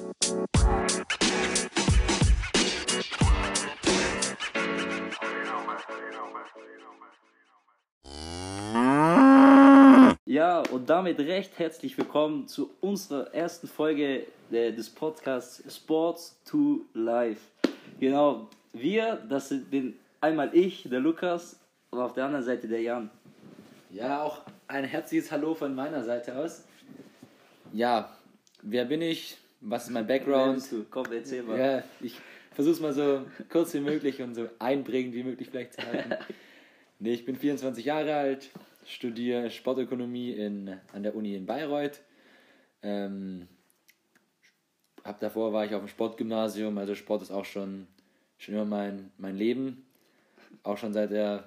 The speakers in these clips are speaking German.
Ja, und damit recht herzlich willkommen zu unserer ersten Folge des Podcasts Sports to Life. Genau, bin einmal ich, der Lukas, und auf der anderen Seite der Jan. Ja, auch ein herzliches Hallo von meiner Seite aus. Ja, wer bin ich? Was ist mein Background? Wer bist du? Komm, erzähl mal. Ja, ich versuche es mal so kurz wie möglich und so einprägend wie möglich vielleicht zu halten. Nee, ich bin 24 Jahre alt, studiere Sportökonomie an der Uni in Bayreuth. Davor war ich auf dem Sportgymnasium, also Sport ist auch schon immer mein Leben. Auch schon seit der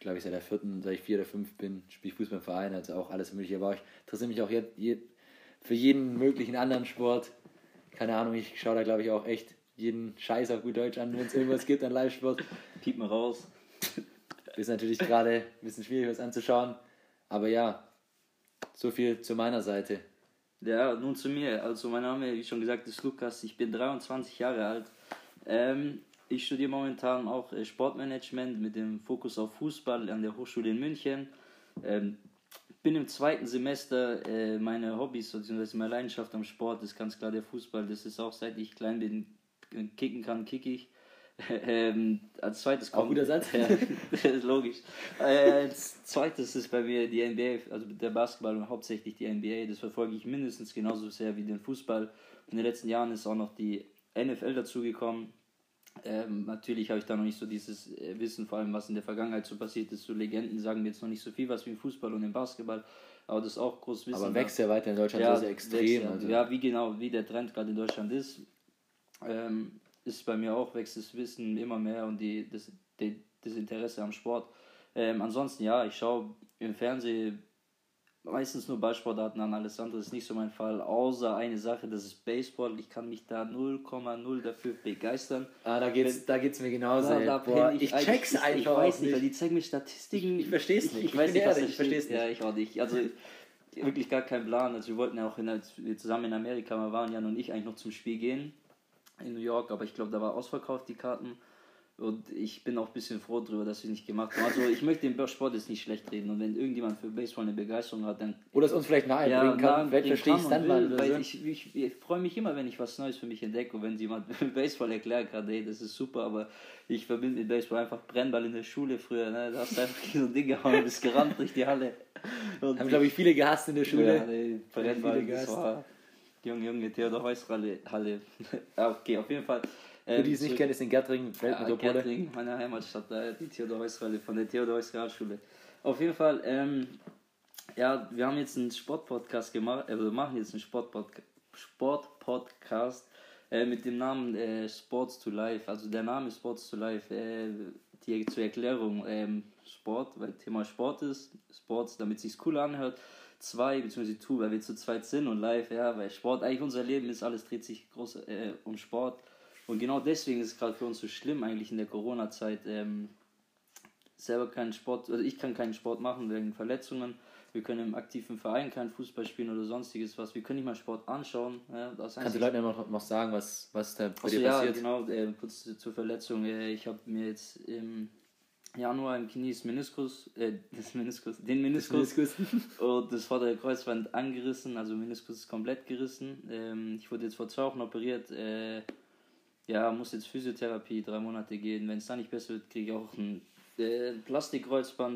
4 oder 5 bin, spiele ich Fußball im Verein, also auch alles Mögliche. Aber ich interessiere mich auch für jeden möglichen anderen Sport. Keine Ahnung, ich schaue da glaube ich auch echt jeden Scheiß auf gut Deutsch an, wenn es irgendwas gibt an Live-Sport. Piep mal raus. Ist natürlich gerade ein bisschen schwierig, was anzuschauen. Aber ja, so viel zu meiner Seite. Ja, nun zu mir. Also mein Name, wie schon gesagt, ist Lukas. Ich bin 23 Jahre alt. Ich studiere momentan auch Sportmanagement mit dem Fokus auf Fußball an der Hochschule in München. Bin im 2. Semester. Meine Hobbys bzw. meine Leidenschaft am Sport ist ganz klar der Fußball. Das ist auch, seit ich klein bin, kicken kann, kicke ich. Als zweites kommt... Auch guter Satz. Ja, das ist logisch. Als zweites ist bei mir die NBA, also der Basketball und hauptsächlich die NBA. Das verfolge ich mindestens genauso sehr wie den Fußball. In den letzten Jahren ist auch noch die NFL dazugekommen. Natürlich habe ich da noch nicht so dieses Wissen, vor allem was in der Vergangenheit so passiert ist. So Legenden sagen mir jetzt noch nicht so viel was wie im Fußball und im Basketball, aber das ist auch großes Wissen. Aber wächst ja weiter in Deutschland ja, so sehr extrem. Wächst, also. Ja, wie der Trend gerade in Deutschland ist. Ist bei mir auch, wächst das Wissen immer mehr und das Interesse am Sport. Ansonsten, ja, ich schaue im Fernsehen meistens nur Ballsportarten an, alles andere ist nicht so mein Fall, außer eine Sache, das ist Baseball. Ich kann mich da 0,0 dafür begeistern. Da geht's mir genauso. Ich check's einfach ich weiß nicht, weil die zeigen mir Statistiken. Ich versteh's nicht. Ich weiß nicht, was ich versteh's nicht. Ja, ich auch nicht. Also wirklich gar keinen Plan. Also wir wollten ja auch, als wir zusammen in Amerika mal waren, Jan und ich, eigentlich noch zum Spiel gehen in New York, aber ich glaube, da war ausverkauft die Karten und ich bin auch ein bisschen froh darüber, dass wir es nicht gemacht haben. Also ich möchte den Sport jetzt nicht schlecht reden und wenn irgendjemand für Baseball eine Begeisterung hat, dann... Oder es uns vielleicht nahebringen kann, vielleicht verstehe ich es dann mal. Weil ich freue mich immer, wenn ich was Neues für mich entdecke und wenn jemand Baseball erklärt kann, ey, das ist super, aber ich verbinde mit Baseball einfach Brennball in der Schule früher, ne? Da hast du einfach so ein Ding gehauen und bist gerannt durch die Halle. Und haben, glaube ich, viele gehasst in der Schule. Ja, nee, Brennball, das war... Junge, Theodor Heuss Halle. Okay, auf jeden Fall. Für die es nicht kennen, ist in Gärtringen, Weltmetropole. Gärtringen, meine Heimatstadt, die Theodor Heuss Halle von der Theodor Heuss Realschule. Auf jeden Fall, ja, wir haben jetzt einen Sportpodcast gemacht, wir machen jetzt einen Sportpodcast mit dem Namen Sports to Life. Also der Name ist Sports to Life. Zur Erklärung, Sport, weil Thema Sport ist, Sports, damit es sich cool anhört. 2 bzw. 2, weil wir zu zweit sind und live, ja, weil Sport, eigentlich unser Leben ist, alles dreht sich groß um Sport und genau deswegen ist es gerade für uns so schlimm eigentlich in der Corona-Zeit, selber keinen Sport, also ich kann keinen Sport machen wegen Verletzungen, wir können im aktiven Verein keinen Fußball spielen oder sonstiges was, wir können nicht mal Sport anschauen. Ja, kannst du Leuten noch sagen, was da bei dir passiert? Ja, genau, kurz zur Verletzung, ich habe mir jetzt im Januar im Knie den Meniskus und das vordere Kreuzband angerissen, also Meniskus ist komplett gerissen. Ich wurde jetzt vor 2 Wochen operiert, muss jetzt Physiotherapie 3 Monate gehen. Wenn es da nicht besser wird, kriege ich auch ein Plastikkreuzband.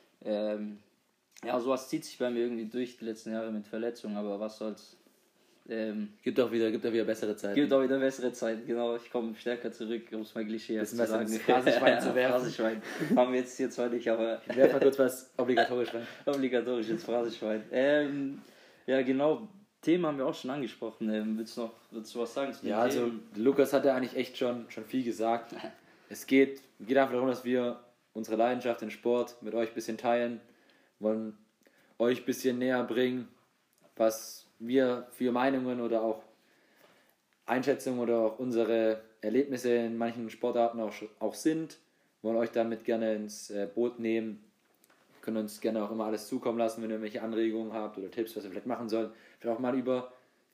Sowas zieht sich bei mir irgendwie durch die letzten Jahre mit Verletzungen, aber was soll's. Gibt auch wieder bessere Zeiten. Gibt auch wieder bessere Zeiten, genau. Ich komme stärker zurück, um es mal Klischee zu sagen. Phrasenschwein zu werfen. Phrasenschwein haben wir jetzt hier zwar nicht, aber... Ich werfe mal kurz was obligatorisch rein. Obligatorisch, jetzt Phrasenschwein. Ja, genau. Themen haben wir auch schon angesprochen. Willst du was sagen zu den Themen? Also Lukas hat ja eigentlich echt schon viel gesagt. Es geht einfach darum, dass wir unsere Leidenschaft in Sport mit euch ein bisschen teilen, wollen euch ein bisschen näher bringen, was wir für Meinungen oder auch Einschätzungen oder auch unsere Erlebnisse in manchen Sportarten auch sind, wollen euch damit gerne ins Boot nehmen, können uns gerne auch immer alles zukommen lassen, wenn ihr irgendwelche Anregungen habt oder Tipps, was wir vielleicht machen sollen, vielleicht auch mal über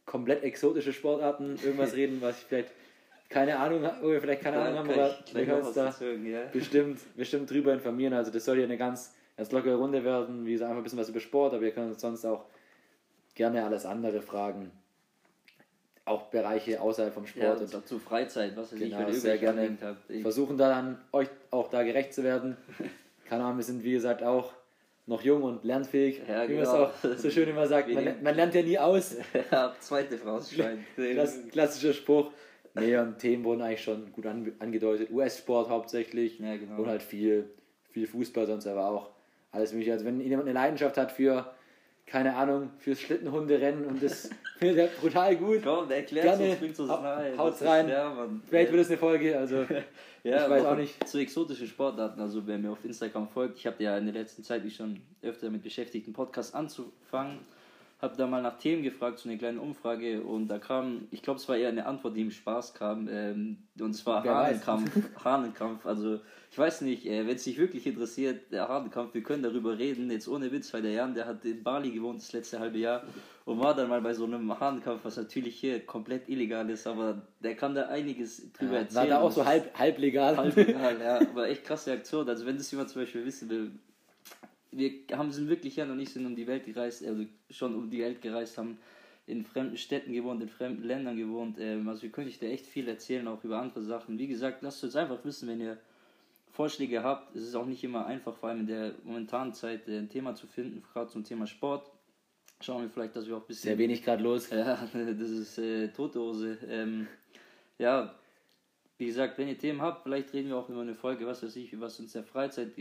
komplett exotische Sportarten irgendwas reden, was ich vielleicht keine Ahnung habe, oder vielleicht keine Ahnung haben, aber wir können uns da bestimmt drüber informieren. Also das soll ja eine ganz lockere Runde werden, wie gesagt, einfach ein bisschen was über Sport, aber wir können uns sonst auch gerne alles andere fragen. Auch Bereiche außerhalb vom Sport. Und dazu Freizeit, was ich sehr gerne versuchen dann euch auch da gerecht zu werden. Keine Ahnung, wir sind wie gesagt auch noch jung und lernfähig, wie man es auch so schön immer sagt. Man lernt ja nie aus. Ja, zweite Vorausschein. Klassischer Spruch. Nee, und Themen wurden eigentlich schon gut angedeutet. US-Sport hauptsächlich und halt viel Fußball, sonst aber auch alles mögliche. Also wenn jemand eine Leidenschaft hat für, keine Ahnung, fürs Schlittenhunderennen und das findet er brutal gut. Komm, erklärt uns, bringt uns rein. Haut's rein. Vielleicht wird es eine Folge, also ja, ich weiß auch nicht. Zu exotischen Sportarten, also wer mir auf Instagram folgt, ich habe ja in der letzten Zeit mich schon öfter damit beschäftigt, einen Podcast anzufangen. Habe da mal nach Themen gefragt, so eine kleine Umfrage, und da kam, ich glaube, es war eher eine Antwort, die im Spaß kam, und zwar Hahnenkampf. Also ich weiß nicht, wenn es dich wirklich interessiert, der Hahnenkampf, wir können darüber reden, jetzt ohne Witz, weil der Jan, der hat in Bali gewohnt das letzte halbe Jahr und war dann mal bei so einem Hahnenkampf, was natürlich hier komplett illegal ist, aber der kann da einiges drüber erzählen. War da auch so halb legal? Halb legal, ja, aber echt krasse Aktion. Also wenn das jemand zum Beispiel wissen will, sind wirklich ja noch nicht um die Welt gereist, also schon um die Welt gereist, haben in fremden Städten gewohnt, in fremden Ländern gewohnt. Also wir können euch da echt viel erzählen, auch über andere Sachen. Wie gesagt, lasst uns einfach wissen, wenn ihr Vorschläge habt. Es ist auch nicht immer einfach, vor allem in der momentanen Zeit, ein Thema zu finden, gerade zum Thema Sport. Schauen wir vielleicht, dass wir auch ein bisschen... Sehr wenig gerade los. Ja, das ist tote Hose. Ja, wie gesagt, wenn ihr Themen habt, vielleicht reden wir auch über eine Folge, was weiß ich, was uns der Freizeit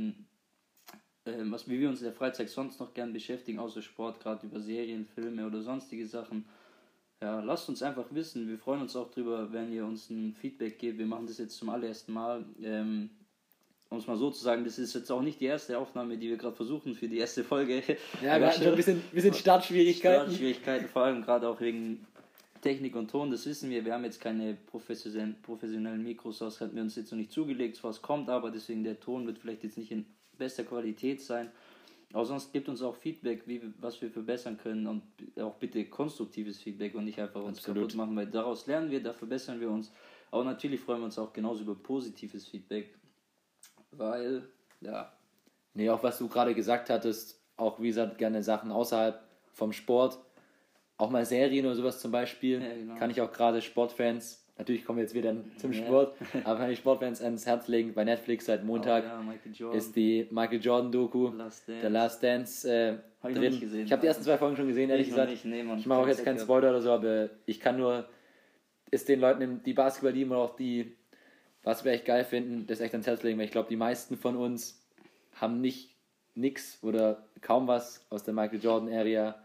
wie wir uns in der Freizeit sonst noch gern beschäftigen, außer Sport, gerade über Serien, Filme oder sonstige Sachen. Ja, lasst uns einfach wissen. Wir freuen uns auch drüber, wenn ihr uns ein Feedback gebt. Wir machen das jetzt zum allerersten Mal. Um es mal so zu sagen, das ist jetzt auch nicht die erste Aufnahme, die wir gerade versuchen für die erste Folge. Ja, wir hatten schon ein bisschen Startschwierigkeiten, vor allem gerade auch wegen Technik und Ton, das wissen wir. Wir haben jetzt keine professionellen Mikros, das hatten wir uns jetzt noch nicht zugelegt, was kommt, aber deswegen der Ton wird vielleicht jetzt nicht in bester Qualität sein. Aber sonst gibt uns auch Feedback, was wir verbessern können, und auch bitte konstruktives Feedback und nicht einfach uns kaputt machen, weil daraus lernen wir, da verbessern wir uns. Aber natürlich freuen wir uns auch genauso über positives Feedback, weil, ja. Nee, auch was du gerade gesagt hattest, auch wie gesagt, gerne Sachen außerhalb vom Sport, auch mal Serien oder sowas zum Beispiel, ja, genau. Kann ich auch gerade Sportfans, natürlich kommen wir jetzt wieder zum Sport, aber kann ich Sportfans ans Herz legen, bei Netflix seit Montag ist die Michael Jordan Doku, The Last Dance drin. Ich habe die ersten 2 Folgen schon gesehen, ehrlich gesagt. Ich mache auch jetzt keinen Spoiler oder so, aber ich kann nur ist den Leuten, die Basketball lieben oder auch die Basketball echt geil finden, das echt ans Herz legen, weil ich glaube, die meisten von uns haben nix oder kaum was aus der Michael Jordan Area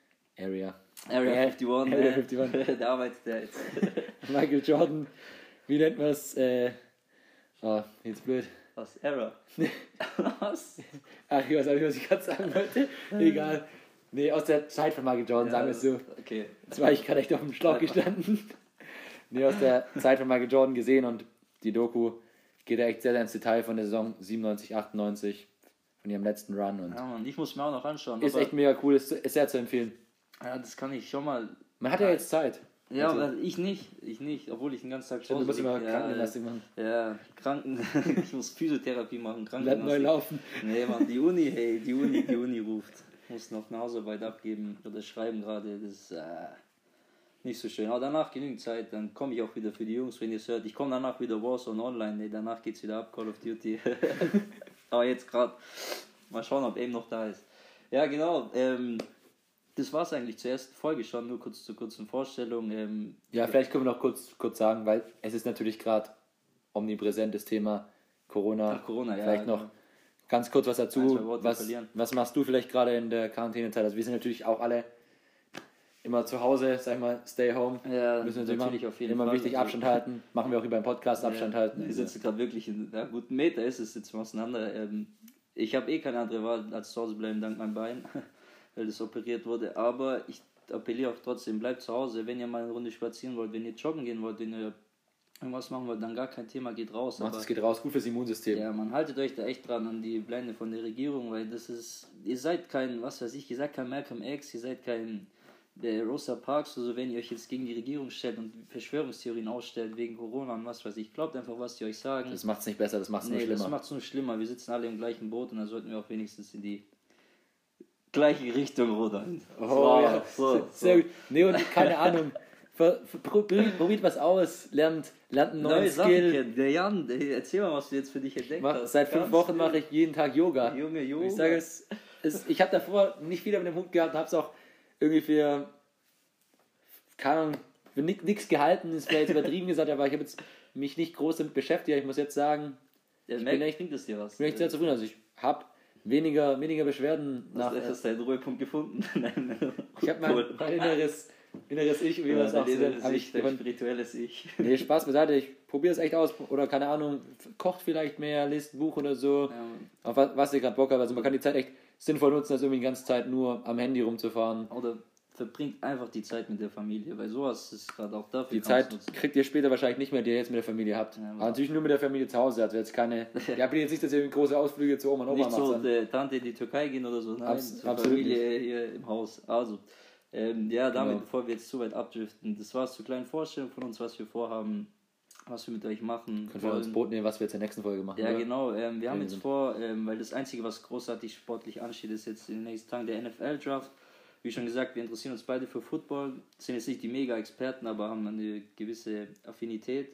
51. Area 51. Da arbeitet der jetzt. Michael Jordan, wie nennt man es? Jetzt blöd. Was? Era? Was? Ach, ich weiß auch nicht, was ich gerade sagen wollte. Egal. Nee, aus der Zeit von Michael Jordan, sagen wir es so. Okay. Jetzt war ich gerade echt auf dem Schlauch gestanden. Nee, aus der Zeit von Michael Jordan gesehen, und die Doku geht ja echt sehr, sehr ins Detail von der Saison 97, 98, von ihrem letzten Run. Und ja, Mann, ich muss mir auch noch anschauen. Ist echt mega cool, ist sehr zu empfehlen. Ja, das kann ich schon mal. Man hat ja jetzt Zeit. Ja, aber ich nicht, obwohl ich den ganzen Tag Du musst immer Krankengymnastik machen. Ja, ich muss Physiotherapie machen, Bleib neu laufen. Nee, Mann, die Uni ruft. Ich muss noch eine Hausarbeit abgeben oder schreiben gerade, das ist nicht so schön. Aber danach genügend Zeit, dann komme ich auch wieder für die Jungs, wenn ihr es hört. Ich komme danach wieder Warzone Online, nee, danach geht's wieder ab, Call of Duty. Aber jetzt gerade, mal schauen, ob eben noch da ist. Ja, genau, das war es eigentlich zur ersten Folge schon, nur kurz zur kurzen Vorstellung. Ja, vielleicht können wir noch kurz sagen, weil es ist natürlich gerade omnipräsentes Thema Corona. Corona, ja. Vielleicht noch ganz kurz was dazu. Was machst du vielleicht gerade in der Quarantänezeit? Also wir sind natürlich auch alle immer zu Hause, sag ich mal, stay home. Ja, müssen wir natürlich auf jeden Fall. Immer wichtig Abstand halten. Machen wir auch über den Podcast Abstand halten. Wir sitzen gerade wirklich in einem guten Meter, ist es jetzt auseinander. Ich habe keine andere Wahl, als zu Hause bleiben, dank meinem Bein. Weil das operiert wurde, aber ich appelliere auch trotzdem, bleibt zu Hause, wenn ihr mal eine Runde spazieren wollt, wenn ihr joggen gehen wollt, wenn ihr irgendwas machen wollt, dann gar kein Thema, geht raus. Es geht raus, gut fürs Immunsystem. Ja, man haltet euch da echt dran an die Pläne von der Regierung, weil das ist, ihr seid kein, was weiß ich, ihr seid kein Malcolm X, ihr seid kein Rosa Parks, also wenn ihr euch jetzt gegen die Regierung stellt und Verschwörungstheorien ausstellt wegen Corona und was weiß ich, glaubt einfach, was die euch sagen. Das macht es nicht besser, das macht es nur schlimmer. Das macht es nur schlimmer. Wir sitzen alle im gleichen Boot und dann sollten wir auch wenigstens in die gleiche Richtung rudern. Ja. Sehr gut. Nee, und keine Ahnung. Probiert was aus, lernt einen neuen Skill. Der Jan, erzähl mal, was du jetzt für dich entdeckt hast. Seit 5 Wochen mache ich jeden Tag Yoga. Junge, Yoga. Ich sage ich habe davor nicht viel mit dem Hund gehabt, habe es auch irgendwie für nichts gehalten, ist vielleicht übertrieben gesagt, aber ich habe jetzt mich nicht groß damit beschäftigt. Ich muss jetzt sagen, bringt es dir was? Ich bin echt sehr zufrieden. Also ich habe weniger Beschwerden nach. Du hast deinen Ruhepunkt gefunden. Ich habe mein inneres Ich, wie man es auch sieht. Dein spirituelles Ich. Nee, Spaß beiseite, ich probiere es echt aus. Oder keine Ahnung, kocht vielleicht mehr, liest ein Buch oder so. Ja. Auf was ihr gerade Bock habt. Also man kann die Zeit echt sinnvoll nutzen, als irgendwie die ganze Zeit nur am Handy rumzufahren. Oder verbringt einfach die Zeit mit der Familie, weil sowas ist gerade auch dafür. Die Zeit kriegt ihr später wahrscheinlich nicht mehr, die ihr jetzt mit der Familie habt. Ja, aber natürlich nur mit der Familie zu Hause. Also jetzt keine. Ja, bitte jetzt nicht, dass ihr große Ausflüge zu Oma und Opa macht. Nicht so Tante in die Türkei gehen oder so. Nein, zur Familie hier im Haus. Also, damit, bevor wir jetzt zu weit abdriften, das war es zur kleinen Vorstellung von uns, was wir vorhaben, was wir mit euch machen. Können wir uns Boot nehmen, was wir jetzt in der nächsten Folge machen. Ja, oder? Genau. Wir haben jetzt vor, weil das Einzige, was großartig sportlich ansteht, ist jetzt in den nächsten Tagen der NFL-Draft. Wie schon gesagt, wir interessieren uns beide für Football, sind jetzt nicht die Mega-Experten, aber haben eine gewisse Affinität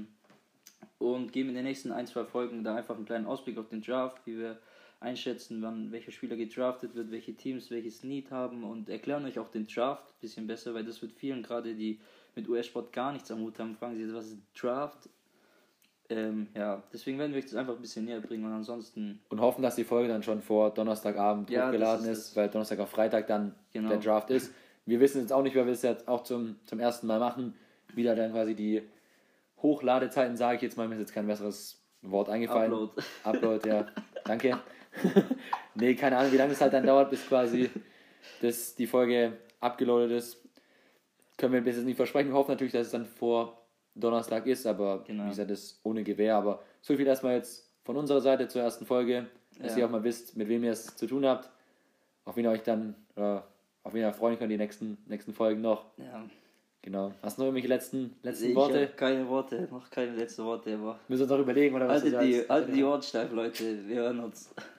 und geben in den nächsten 1-2 Folgen da einfach einen kleinen Ausblick auf den Draft, wie wir einschätzen, wann welcher Spieler gedraftet wird, welche Teams welches Need haben und erklären euch auch den Draft ein bisschen besser, weil das wird vielen, gerade die mit US-Sport gar nichts am Hut haben, fragen sie, was ist Draft? Deswegen werden wir euch das einfach ein bisschen näher bringen und ansonsten... Und hoffen, dass die Folge dann schon vor Donnerstagabend hochgeladen ist, weil Donnerstag auf Freitag dann der Draft ist. Wir wissen jetzt auch nicht, weil wir es jetzt auch zum ersten Mal machen, wie da dann quasi die Hochladezeiten, sage ich jetzt mal, mir ist jetzt kein besseres Wort eingefallen. Upload, ja, danke. Nee, keine Ahnung, wie lange es halt dann dauert, bis quasi die Folge abgeloadet ist. Können wir bis jetzt nicht versprechen. Wir hoffen natürlich, dass es dann vor Donnerstag ist, aber wie gesagt, das ist ohne Gewähr. Aber so viel erstmal jetzt von unserer Seite zur ersten Folge, dass ihr auch mal wisst, mit wem ihr es zu tun habt. Auf wen ihr euch dann, auf wen ihr freuen könnt, die nächsten Folgen noch. Ja. Genau. Hast du noch irgendwelche letzten Worte? Ich habe noch keine letzten Worte, aber... Müssen wir uns noch überlegen, oder was? Haltet die Ohren steif, Leute. Wir hören uns.